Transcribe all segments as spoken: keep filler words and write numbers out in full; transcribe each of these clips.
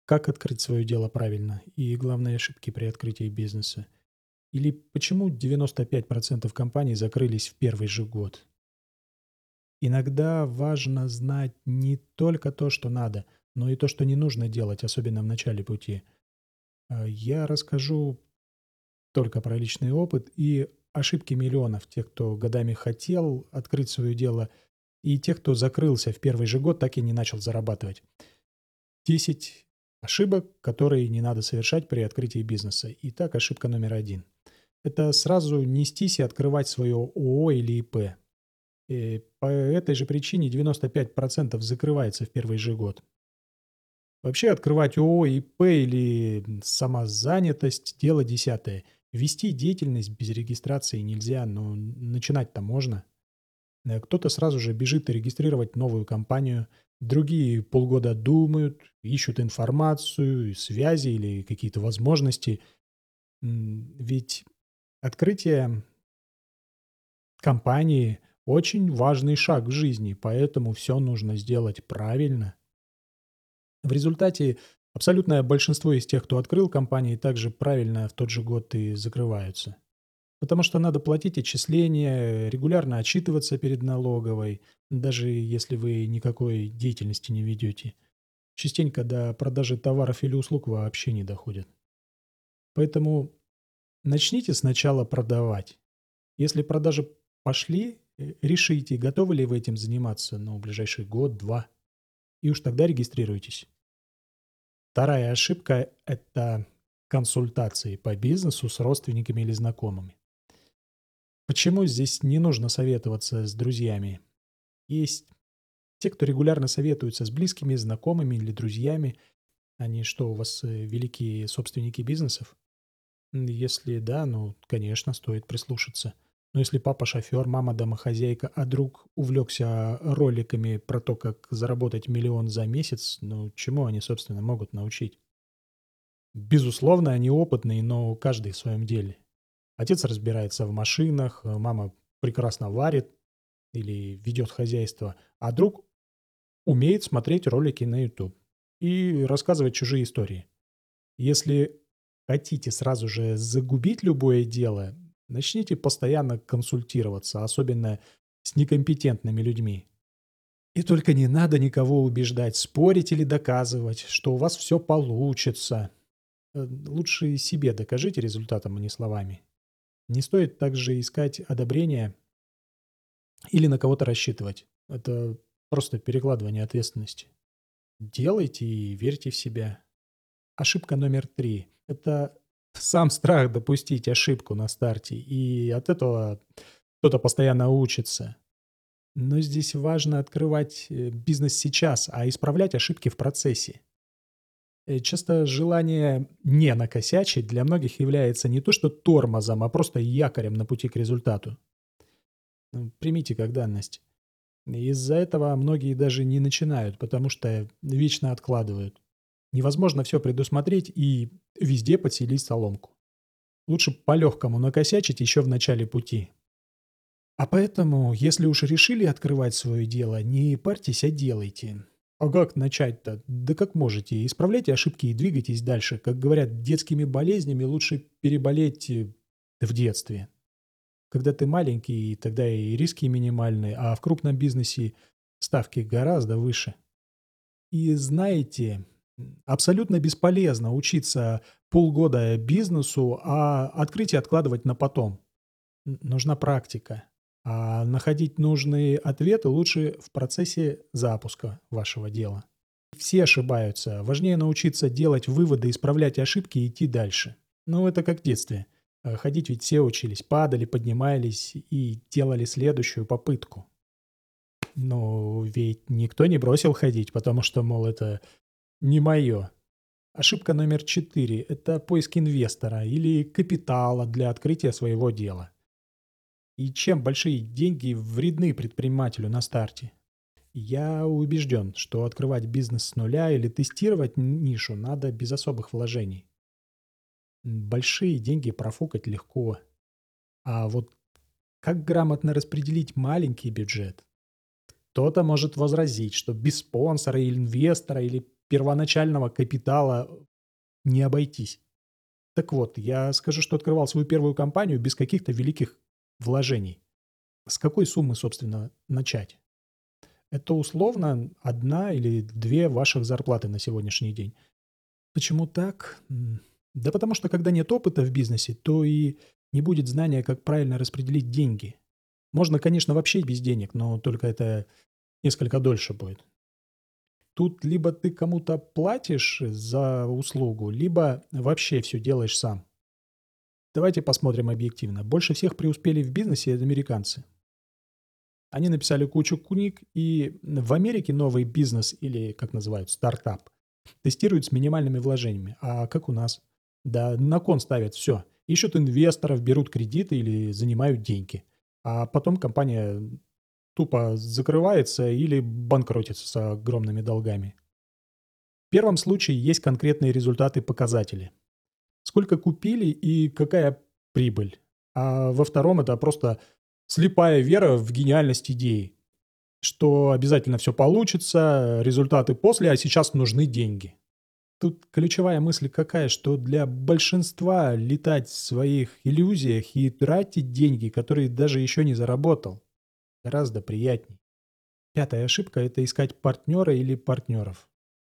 Как открыть свое дело правильно и главные ошибки при открытии бизнеса? Или почему девяносто пять процентов компаний закрылись в первый же год? Иногда важно знать не только то, что надо, но и то, что не нужно делать, особенно в начале пути. А, Я расскажу только про личный опыт и ошибки миллионов тех, кто годами хотел открыть свое дело, и тех, кто закрылся в первый же год, так и не начал зарабатывать. Десять ошибок, которые не надо совершать при открытии бизнеса. Итак, ошибка номер один. Это сразу нестись и открывать свое ООО или ИП. И по этой же причине девяносто пять процентов закрывается в первый же год. Вообще открывать ООО, ИП или м, самозанятость– дело десятое. Вести деятельность без регистрации нельзя, но начинать-то можно. Э, Кто-то сразу же бежит регистрировать новую компанию, другие полгода думают, ищут информацию, связи или какие-то возможности. М, Ведь открытие компании– очень важный шаг в жизни, поэтому все нужно сделать правильно. В результате абсолютное большинство из тех, кто открыл компании, также правильно в тот же год и закрываются. Потому что надо платить отчисления, регулярно отчитываться перед налоговой, даже если вы никакой деятельности не ведете. Частенько до продажи товаров или услуг вообще не доходит. Поэтому начните сначала продавать. Если продажи пошли, э, решите, готовы ли вы этим заниматься, ну, в ближайший год-два, и уж тогда регистрируйтесь. Вторая ошибка– это консультации по бизнесу с родственниками или знакомыми. Почему здесь не нужно советоваться с друзьями? Есть те, кто регулярно советуются с близкими, знакомыми или друзьями. Они что, у вас э, великие собственники бизнесов? М, Если да, ну, конечно, стоит прислушаться. Но если папа шофер, мама домохозяйка, а друг увлекся роликами про то, как заработать миллион за месяц, ну, чему они, собственно, могут научить? Безусловно, они опытные, но каждый в своем деле. Отец разбирается в машинах, э, мама прекрасно варит или ведет хозяйство, а друг умеет смотреть ролики на YouTube и рассказывать чужие истории. Если хотите сразу же загубить любое дело, начните постоянно консультироваться, особенно с некомпетентными людьми. И только не надо никого убеждать, спорить или доказывать, что у вас все получится. Э, Лучше себе докажите результатом, а не словами. Не стоит также искать одобрения или на кого-то рассчитывать. Это просто перекладывание ответственности. Делайте и верьте в себя. Ошибка номер три– это сам страх допустить ошибку на старте, и от этого кто-то постоянно учится. Но здесь важно открывать э, бизнес сейчас, а исправлять ошибки в процессе. Э, Часто желание не накосячить для многих является не то что тормозом, а просто якорем на пути к результату. Ну, примите как данность. Из-за этого многие даже не начинают, потому что вечно откладывают. Невозможно все предусмотреть и везде подселить соломку. Лучше по-легкому накосячить еще в начале пути. А поэтому, если уж решили открывать свое дело, не парьтесь, а делайте. А как начать-то? Да как можете. Исправляйте ошибки и двигайтесь дальше. Как говорят, детскими болезнями лучше переболеть э, в детстве. Когда ты маленький, тогда и риски минимальные, а в крупном бизнесе ставки гораздо выше. И знаете, м, абсолютно бесполезно учиться полгода бизнесу, а открытие откладывать на потом. Н- Нужна практика. А находить нужные ответы лучше в процессе запуска вашего дела. Все ошибаются. Важнее научиться делать выводы, исправлять ошибки и идти дальше. Ну, это как в детстве. Э, Ходить ведь все учились. Падали, поднимались и делали следующую попытку. Но ведь никто не бросил ходить, потому что, мол, это не мое. Ошибка номер четыре– это поиск инвестора или капитала для открытия своего дела. И чем большие деньги вредны предпринимателю на старте? Я убежден, что открывать бизнес с нуля или тестировать н- нишу надо без особых вложений. М, Большие деньги профукать легко. А вот как грамотно распределить маленький бюджет? Кто-то может возразить, что без спонсора или инвестора или первоначального капитала не обойтись. Так вот, я скажу, что открывал свою первую компанию без каких-то великих вложений. С какой суммы, собственно, начать? Это условно одна или две ваших зарплаты на сегодняшний день. Почему так? М, Да потому что когда нет опыта в бизнесе, то и не будет знания, как правильно распределить деньги. Можно, конечно, вообще без денег, но только это несколько дольше будет. Тут либо ты кому-то платишь за услугу, либо вообще все делаешь сам. Давайте посмотрим объективно. Больше всех преуспели в бизнесе американцы. Они написали кучу книг, и в Америке новый бизнес, или, как называют, стартап, тестируют с минимальными вложениями. А как у нас? Да на кон ставят все. Ищут инвесторов, берут кредиты или занимают деньги. А потом компания тупо закрывается или банкротится с огромными долгами. В первом случае есть конкретные результаты, показатели. Сколько купили и какая прибыль. А во втором это просто слепая вера в гениальность идеи, что обязательно все получится, результаты после, а сейчас нужны деньги. Тут ключевая мысль какая, что для большинства летать в своих иллюзиях и тратить деньги, которые даже еще не заработал, гораздо приятней. Пятая ошибка – это искать партнера или партнеров.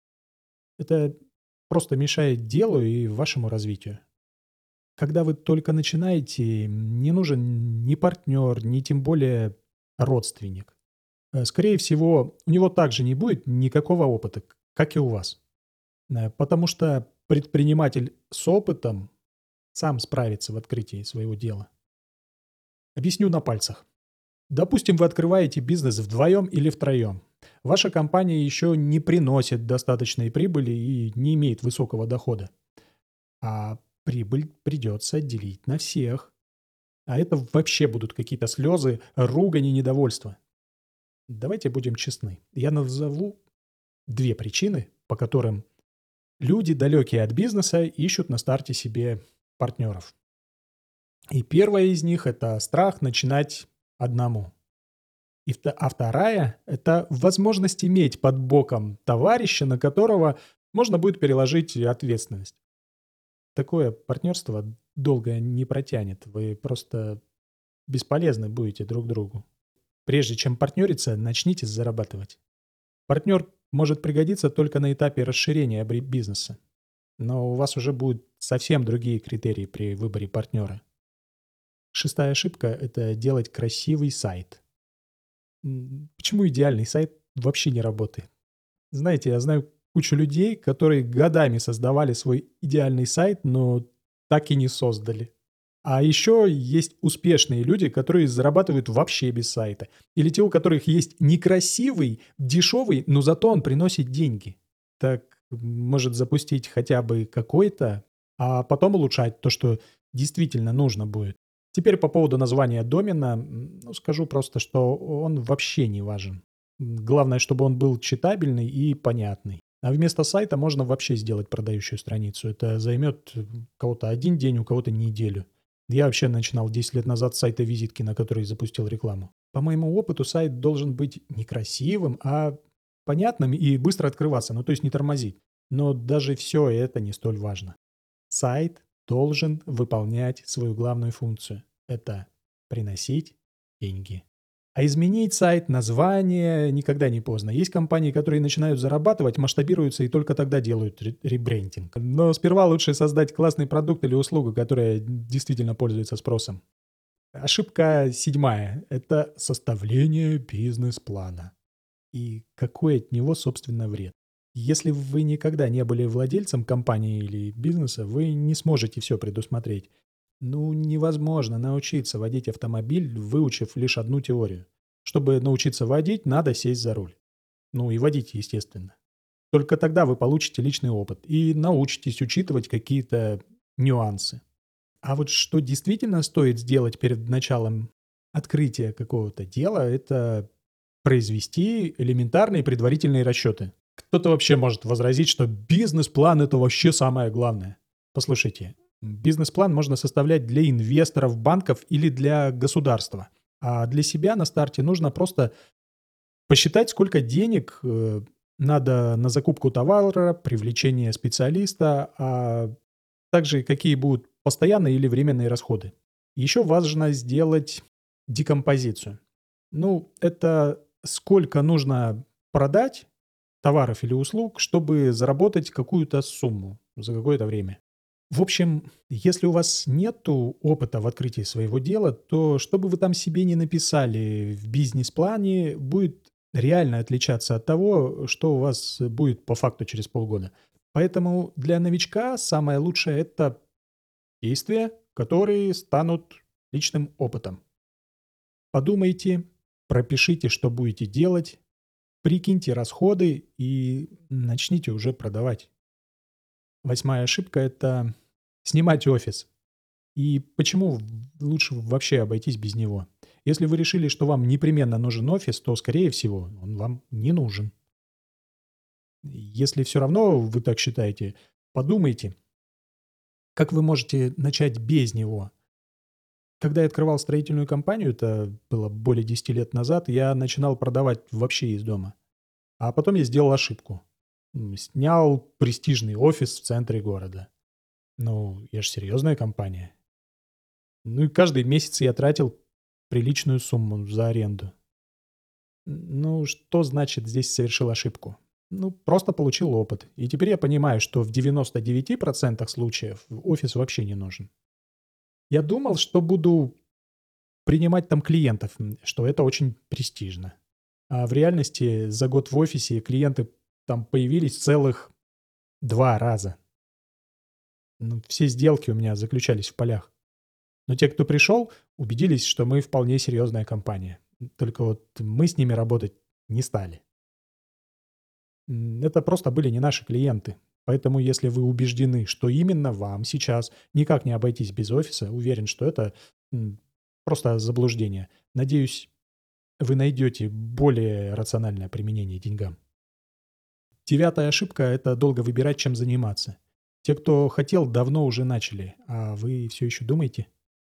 Это просто мешает делу и вашему развитию. Когда вы только начинаете, не нужен ни партнер, ни тем более родственник. Э, Скорее всего, у него также не будет никакого опыта, к- как и у вас. Э, Потому что предприниматель с опытом сам справится в открытии своего дела. Объясню на пальцах. Допустим, вы открываете бизнес вдвоем или втроем. Ваша компания еще не приносит достаточной прибыли и не имеет высокого дохода. А прибыль придется делить на всех. А это вообще будут какие-то слезы, ругань и недовольство. Давайте будем честны. Я назову две причины, по которым люди, далекие от бизнеса, ищут на старте себе партнеров. И первая из них – это страх начинать одному. И вто- а вторая – это возможность иметь под боком товарища, на которого можно будет переложить ответственность. Такое партнерство долго не протянет. Вы просто бесполезны будете друг другу. Прежде чем партнериться, начните зарабатывать. Партнер может пригодиться только на этапе расширения бри- бизнеса, но у вас уже будут совсем другие критерии при выборе партнера. Шестая ошибка – это делать красивый сайт. М, Почему идеальный сайт вообще не работает? Знаете, я знаю кучу людей, которые годами создавали свой идеальный сайт, но так и не создали. А еще есть успешные люди, которые зарабатывают вообще без сайта. Или те, у которых есть некрасивый, дешевый, но зато он приносит деньги. Так может запустить хотя бы какой-то, а потом улучшать то, что действительно нужно будет. Теперь по поводу названия домена, м, ну, скажу просто, что он вообще не важен. М, Главное, чтобы он был читабельный и понятный. А вместо сайта можно вообще сделать продающую страницу. Это займет э, у кого-то один день, у кого-то неделю. Я вообще начинал десять лет назад с сайта визитки, на который запустил рекламу. По моему опыту, сайт должен быть не красивым, а понятным и быстро открываться, ну то есть не тормозить. Но даже все это не столь важно. Сайт должен выполнять свою главную функцию. Это приносить деньги. А изменить сайт, название никогда не поздно. Есть компании, которые начинают зарабатывать, масштабируются и только тогда делают ре- ребрендинг. Но сперва лучше создать классный продукт или услугу, которая действительно пользуется спросом. Ошибка седьмая – это составление бизнес-плана. И какой от него, собственно, вред? Если вы никогда не были владельцем компании или бизнеса, вы не сможете все предусмотреть. Ну, невозможно научиться водить автомобиль, выучив лишь одну теорию. Чтобы научиться водить, надо сесть за руль. Ну и водить, естественно. Только тогда вы получите личный опыт и научитесь учитывать какие-то нюансы. А вот что действительно стоит сделать перед началом открытия какого-то дела, это произвести элементарные предварительные расчеты. Кто-то вообще может возразить, что бизнес-план – это вообще самое главное. Послушайте, бизнес-план можно составлять для инвесторов, банков или для государства. А для себя на старте нужно просто посчитать, сколько денег э, Надо на закупку товара, привлечение специалиста, а также какие будут постоянные или временные расходы. Еще важно сделать декомпозицию. Ну, это сколько нужно продать товаров или услуг, чтобы заработать какую-то сумму за какое-то время. В общем, если у вас нету опыта в открытии своего дела, то что бы вы там себе не написали в бизнес-плане, будет реально отличаться от того, что у вас будет по факту через полгода. Поэтому для новичка самое лучшее — это действия, которые станут личным опытом. Подумайте, пропишите, что будете делать, прикиньте расходы и начните уже продавать. Восьмая ошибка — это снимать офис. И почему лучше вообще обойтись без него? Если вы решили, что вам непременно нужен офис, то, скорее всего, он вам не нужен. Если все равно вы так считаете, подумайте, как вы можете начать без него. Когда я открывал строительную компанию, это было более десяти лет назад, я начинал продавать вообще из дома. А потом я сделал ошибку. М, Снял престижный офис в центре города. Ну, я же серьезная компания. Ну и каждый месяц я тратил приличную сумму за аренду. Ну, что значит здесь совершил ошибку? Ну, просто получил опыт. И теперь я понимаю, что в девяноста девяти процентах случаев офис вообще не нужен. Я думал, что буду принимать там клиентов, м, что это очень престижно. А в реальности за год в офисе клиенты там появились целых два раза. Ну, все сделки у меня заключались в полях. Но те, кто пришел, убедились, что мы вполне серьезная компания. Только вот мы с ними работать не стали. М, Это просто были не наши клиенты. Поэтому, если вы убеждены, что именно вам сейчас никак не обойтись без офиса, уверен, что это м, просто заблуждение. Надеюсь, вы найдете более рациональное применение деньгам. Девятая ошибка — это долго выбирать, чем заниматься. Те, кто хотел, давно уже начали, а вы все еще думаете?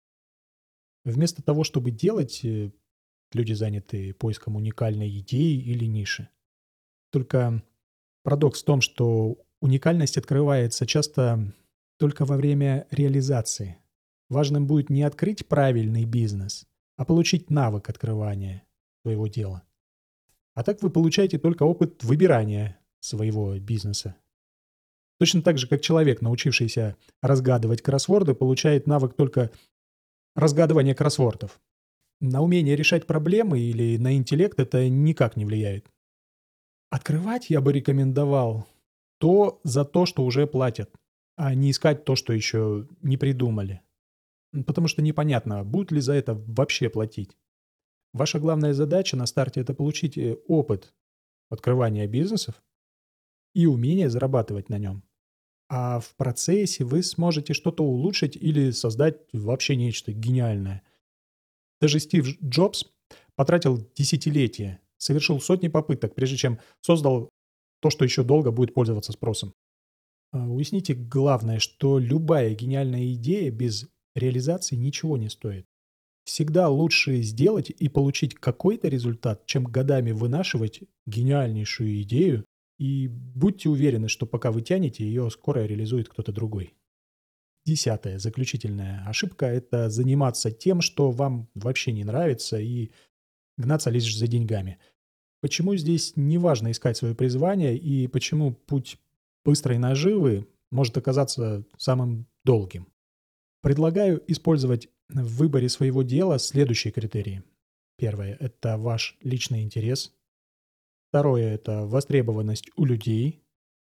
Вместо того, чтобы делать, э, люди заняты поиском уникальной идеи или ниши. Только парадокс в том, что уникальность открывается часто только во время реализации. Важным будет не открыть правильный бизнес, а получить навык открывания своего дела. А так вы получаете только опыт выбирания своего бизнеса. Точно так же, как человек, научившийся разгадывать кроссворды, получает навык только разгадывания кроссвордов. На умение решать проблемы или на интеллект это никак не влияет. Открывать я бы рекомендовал то за то, что уже платят, а не искать то, что еще не придумали. М, Потому что непонятно, будут ли за это вообще платить. Ваша главная задача на старте — это получить э, опыт открывания бизнесов и умение зарабатывать на нем. А в процессе вы сможете что-то улучшить или создать вообще нечто гениальное. Даже Стив Дж- Джобс потратил десятилетия, совершил сотни попыток, прежде чем создал то, что еще долго будет пользоваться спросом. А, Уясните главное, что любая гениальная идея без реализации ничего не стоит. Всегда лучше сделать и получить какой-то результат, чем годами вынашивать гениальнейшую идею, и будьте уверены, что пока вы тянете, ее скоро реализует кто-то другой. Десятая, заключительная ошибка — это заниматься тем, что вам вообще не нравится, и гнаться лишь за деньгами. Почему здесь не важно искать свое призвание и почему путь быстрой наживы может оказаться самым долгим? Предлагаю использовать в выборе своего дела следующие критерии. Первое — это ваш личный интерес. Второе — это востребованность у людей.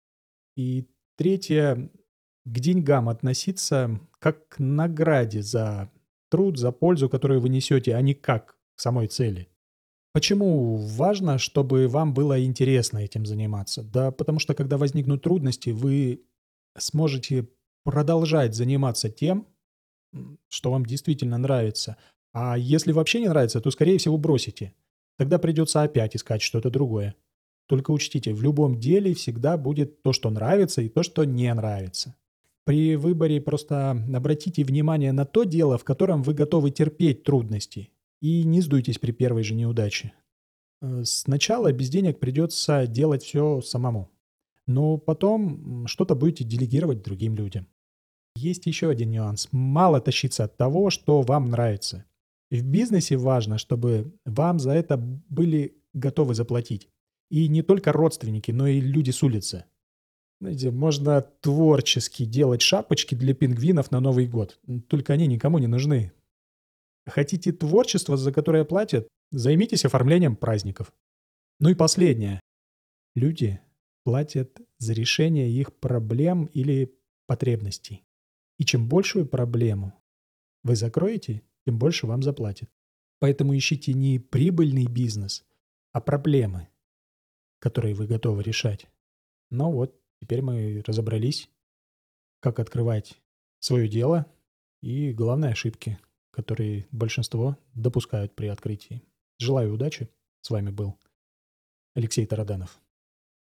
И третье — к деньгам относиться как к награде за труд, за пользу, которую вы несете, а не как к самой цели. Почему важно, чтобы вам было интересно этим заниматься? Да потому что, когда возникнут трудности, вы сможете продолжать заниматься тем, м, что вам действительно нравится. А если вообще не нравится, то, скорее всего, бросите. Тогда придется опять искать что-то другое. Только учтите, в любом деле всегда будет то, что нравится, и то, что не нравится. При выборе просто обратите внимание на то дело, в котором вы готовы терпеть трудности, и не сдуйтесь при первой же неудаче. Э, Сначала без денег придется делать все самому, но потом м, что-то будете делегировать другим людям. Есть еще один нюанс. Мало тащиться от того, что вам нравится. В бизнесе важно, чтобы вам за это были готовы заплатить. И не только родственники, но и люди с улицы. Знаете, можно творчески делать шапочки для пингвинов на Новый год. М, Только они никому не нужны. Хотите творчество, за которое платят? Займитесь оформлением праздников. Ну и последнее. Люди платят за решение их проблем или потребностей. И чем большую проблему вы закроете, тем больше вам заплатят. Поэтому ищите не прибыльный бизнес, а проблемы, которые вы готовы решать. Ну вот, теперь мы разобрались, как открывать свое дело и главные ошибки, которые большинство допускают при открытии. Желаю удачи. С вами был Алексей Тараданов.